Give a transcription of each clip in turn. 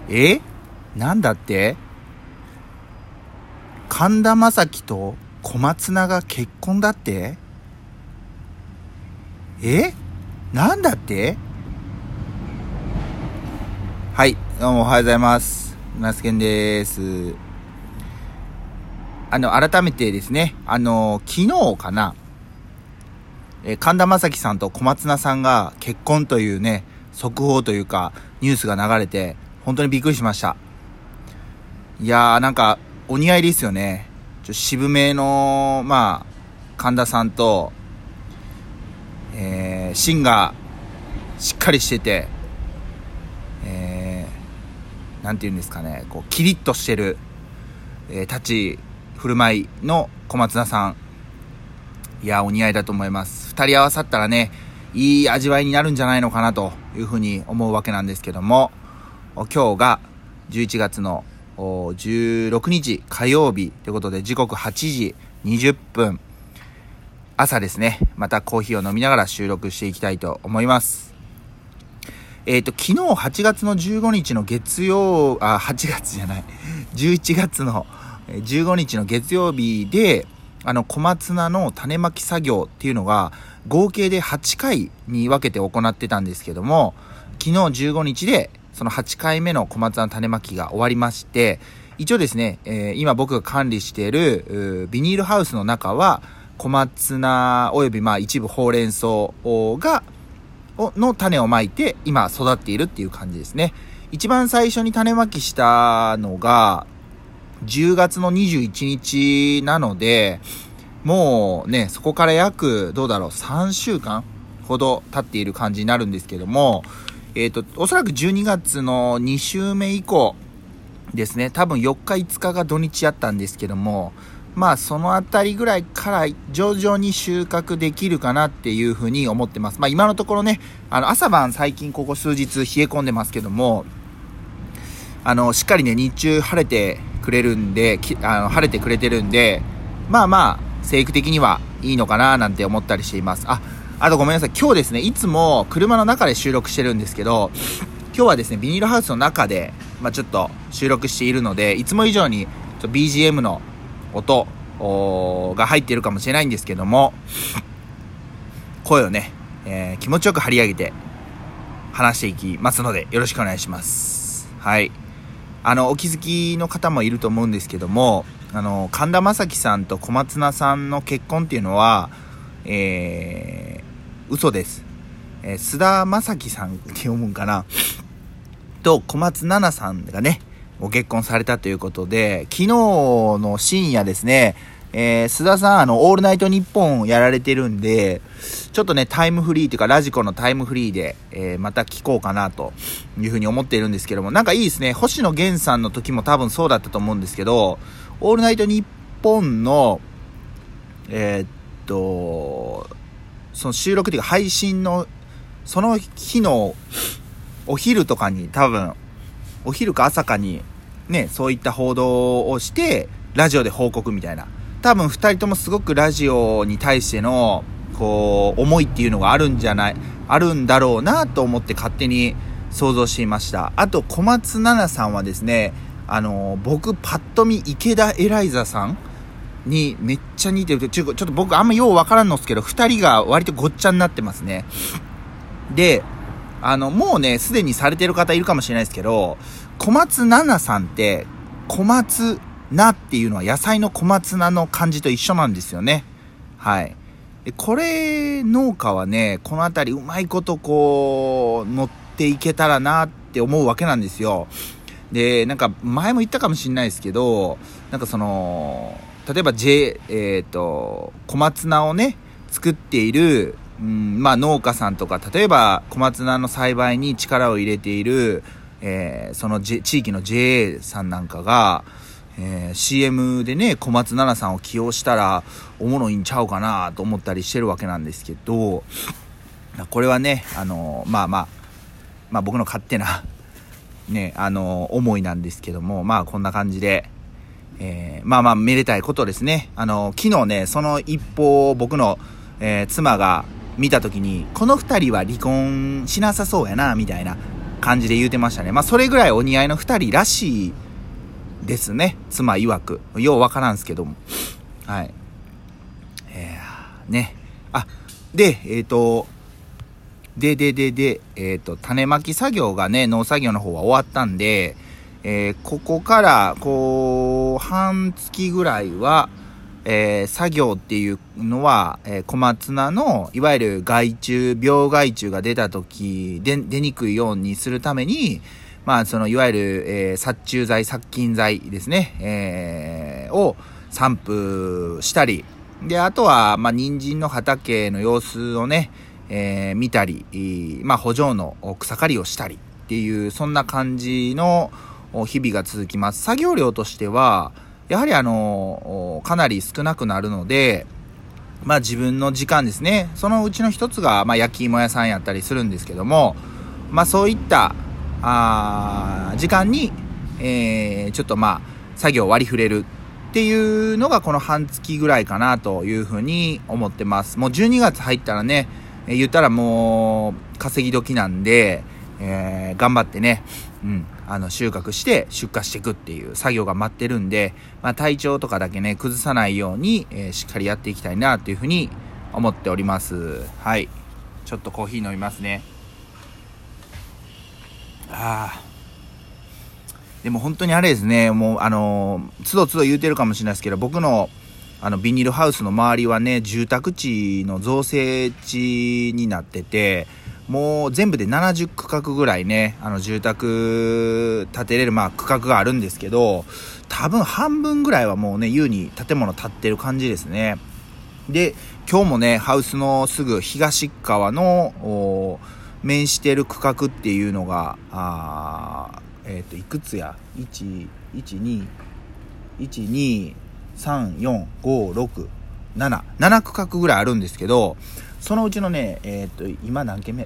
え？なんだって？神田正輝と小松菜が結婚だって？なんだって？はい、どうもおはようございます。那須健です。改めてですね、昨日かな、神田正輝さんと小松菜さんが結婚というね、速報というか、ニュースが流れて、本当にびっくりしました。いやー、なんか、お似合いですよね。渋めの、神田さんと、芯がしっかりしてて、なんていうんですかね、こう、キリッとしてる、立ち振る舞いの小松菜さん。いや、お似合いだと思います。二人合わさったらね、いい味わいになるんじゃないのかなというふうに思うわけなんですけども、今日が11月の16日火曜日ということで、時刻8時20分朝ですね。またコーヒーを飲みながら収録していきたいと思います。昨日8月の15日の11月の15日の月曜日で、小松菜の種まき作業っていうのが合計で8回に分けて行ってたんですけども、昨日15日でその8回目の小松菜の種まきが終わりまして、一応ですね、今僕が管理しているビニールハウスの中は小松菜および一部ほうれん草の種をまいて今育っているっていう感じですね。一番最初に種まきしたのが10月の21日なので、もうね、そこから約3週間ほど経っている感じになるんですけども、おそらく12月の2週目以降ですね、多分4日5日が土日やったんですけども、そのあたりぐらいから徐々に収穫できるかなっていうふうに思ってます。今のところね、朝晩最近ここ数日冷え込んでますけども、しっかりね、日中晴れてくれてるんで、生育的にはいいのかななんて思ったりしています。あとごめんなさい。今日ですね、いつも車の中で収録してるんですけど、今日はですね、ビニールハウスの中で、ちょっと収録しているので、いつも以上にBGM の音が入っているかもしれないんですけども、声をね、気持ちよく張り上げて話していきますので、よろしくお願いします。はい。お気づきの方もいると思うんですけども、神田正輝さんと小松菜さんの結婚っていうのは、嘘です。須田正輝さんって読むんかなと小松菜奈さんがね、ご結婚されたということで、昨日の深夜ですね、須田さんオールナイトニッポンやられてるんで、ちょっとねタイムフリーというかラジコのタイムフリーで、また聞こうかなというふうに思っているんですけども、なんかいいですね。星野源さんの時も多分そうだったと思うんですけど、オールナイトニッポンのその収録というか配信のその日のお昼とかに、多分お昼か朝かにね、そういった報道をしてラジオで報告みたいな、多分二人ともすごくラジオに対してのこう思いっていうのがあるんだろうなと思って勝手に想像していました。あと小松菜奈さんはですね、僕パッと見池田エライザさんにめっちゃ似てる。ちょっと僕あんまようわからんのっすけど、二人が割とごっちゃになってますね。で、もうね、すでにされてる方いるかもしれないですけど、小松菜奈さんって小松菜っていうのは野菜の小松菜の漢字と一緒なんですよね。はい。これ農家はね、このあたりうまいことこう乗っていけたらなって思うわけなんですよ。で、なんか前も言ったかもしれないですけど、なんかその例えば小松菜をね作っている農家さんとか、例えば小松菜の栽培に力を入れている、その、地域の JA さんなんかが、CM でね小松菜奈さんを起用したらおもろいんちゃうかなと思ったりしてるわけなんですけど、これはね僕の勝手なね思いなんですけども、こんな感じで、めでたいことですね。昨日ねその一報を僕の、妻が見た時に、この二人は離婚しなさそうやなみたいな感じで言うてましたね。まあそれぐらいお似合いの2人らしいですね。妻曰く。ようわからんすけども。はい。ね。あ、で、種まき作業がね、農作業の方は終わったんで、ここから、半月ぐらいは、作業っていうのは、小松菜の、いわゆる害虫、病害虫が出た時、出にくいようにするために、まあ、いわゆる、殺虫剤、殺菌剤ですね、を散布したり、で、あとは、まあ、人参の畑の様子をね、見たり、まあ、補助の草刈りをしたりっていう、そんな感じの日々が続きます。作業量としては、やはりかなり少なくなるので、まあ自分の時間ですね。そのうちの一つが、まあ焼き芋屋さんやったりするんですけども、まあそういった、時間に、ちょっとまあ作業を割り振れるっていうのがこの半月ぐらいかなというふうに思ってます。もう12月入ったらね、言ったらもう稼ぎ時なんで、頑張ってね、収穫して出荷していくっていう作業が待ってるんで、まあ体調とかだけね、崩さないように、しっかりやっていきたいなというふうに思っております。はい。ちょっとコーヒー飲みますね。でも本当にあれですね、もうつどつど言うてるかもしれないですけど、僕のビニールハウスの周りはね、住宅地の造成地になってて、もう全部で70区画ぐらいね、住宅建てれる、まあ区画があるんですけど、多分半分ぐらいはもうね、優に建物建ってる感じですね。で、今日もね、ハウスのすぐ東側の、面してる区画っていうのが、いくつや ?1、2、3、4、5、6、7区画ぐらいあるんですけど、そのうちのね、今何軒目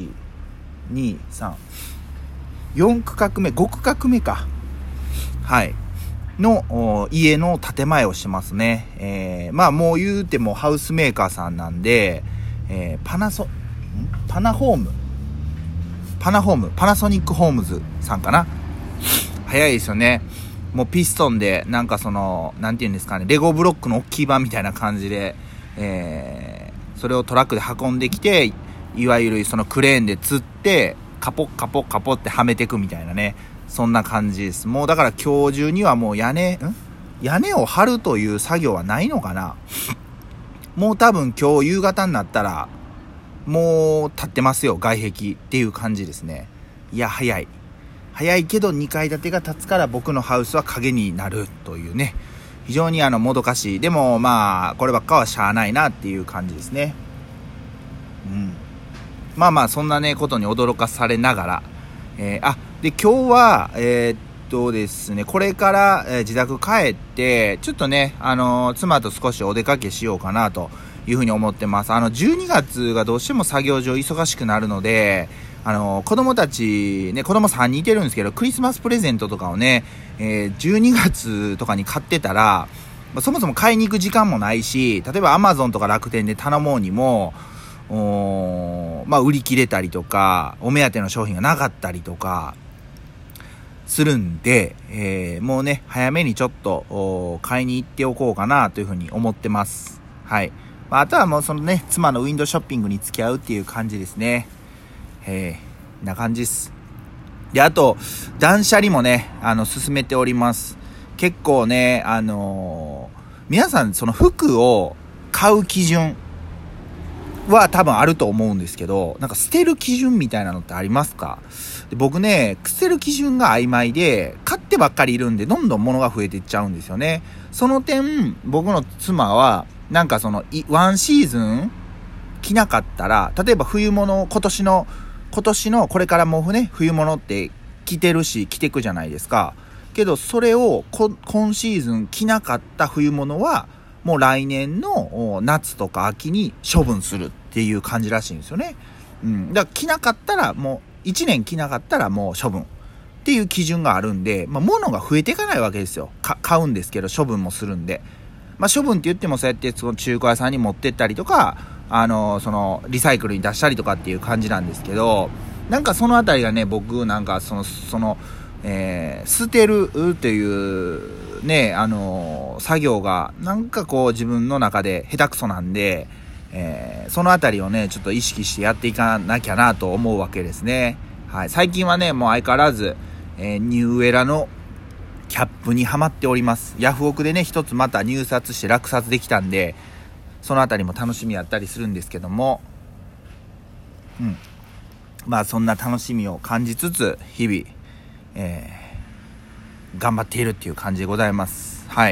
?1、2、3、4区画目、5区画目か。はい。の家の建前をしてますね。まあもう言うてもハウスメーカーさんなんで、パナソニックホームズさんかな。早いですよね。もうピストンで、なんかなんていうんですかね、レゴブロックの大きい版みたいな感じで、それをトラックで運んできて、いわゆるそのクレーンで釣って、カポってはめていくみたいなね、そんな感じです。もうだから今日中にはもう屋根を張るという作業はないのかな。もう多分今日夕方になったら、もう立ってますよ、外壁っていう感じですね。いや、早いけど2階建てが建つから僕のハウスは影になるというね、非常にもどかしい。でもまあこればっかはしゃあないなっていう感じですね。まあまあそんなねことに驚かされながら、で今日はですね、これから、自宅帰ってちょっとね妻と少しお出かけしようかなというふうに思ってます。12月がどうしても作業上忙しくなるので、子供たちね、子供3人いてるんですけど、クリスマスプレゼントとかをね、12月とかに買ってたら、そもそも買いに行く時間もないし、例えば Amazon とか楽天で頼もうにも、まあ売り切れたりとか、お目当ての商品がなかったりとか、するんで、もうね、早めにちょっと、買いに行っておこうかなというふうに思ってます。はい。あとはもうそのね、妻のウィンドウショッピングに付き合うっていう感じですね。な感じです。で、あと、断捨離もね、進めております。結構ね、皆さんその服を買う基準は多分あると思うんですけど、なんか捨てる基準みたいなのってありますか？で僕ね、捨てる基準が曖昧で、買ってばっかりいるんで、どんどん物が増えていっちゃうんですよね。その点、僕の妻は、なんかワンシーズン着なかったら、例えば冬物、今年のこれからもね、冬物って着てるし、着てくじゃないですか。けど、それを今シーズン着なかった冬物は、もう来年の夏とか秋に処分するっていう感じらしいんですよね。だから着なかったらもう、1年着なかったらもう処分っていう基準があるんで、物が増えていかないわけですよ。買うんですけど、処分もするんで。処分って言ってもそうやってその中古屋さんに持ってったりとか、リサイクルに出したりとかっていう感じなんですけど、 なんかそのあたりがね、僕なんかその捨てるっていうね、作業がなんかこう自分の中で下手くそなんで、そのあたりをねちょっと意識してやっていかなきゃなと思うわけですね。はい、最近はねもう相変わらず、ニューエラのキャップにはまっております。ヤフオクでね一つまた入札して落札できたんで、そのあたりも楽しみやったりするんですけども、まあそんな楽しみを感じつつ日々、頑張っているっていう感じでございます。はい。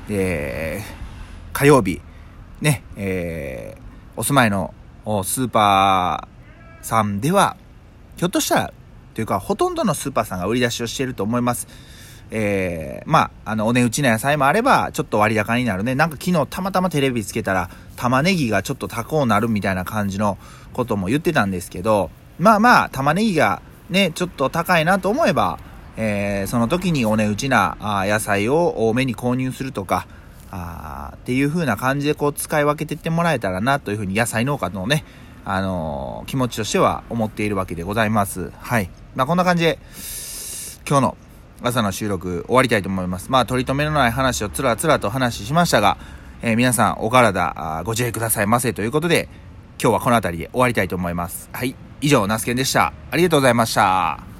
火曜日ね、お住まいのスーパーさんではひょっとしたらというかほとんどのスーパーさんが売り出しをしていると思います。まあお値打ちな野菜もあればちょっと割高になるね。なんか昨日たまたまテレビつけたら玉ねぎがちょっと高うなるみたいな感じのことも言ってたんですけど、まあ玉ねぎがねちょっと高いなと思えば、その時にお値打ちな野菜を多めに購入するとかっていう風な感じでこう使い分けていってもらえたらなという風に野菜農家のね気持ちとしては思っているわけでございます。はい。まあこんな感じで今日の朝の収録終わりたいと思います。まあ取り留めのない話をつらつらと話しましたが、皆さんお体ご自愛くださいませということで今日はこの辺りで終わりたいと思います。はい。以上ナスケンでした。ありがとうございました。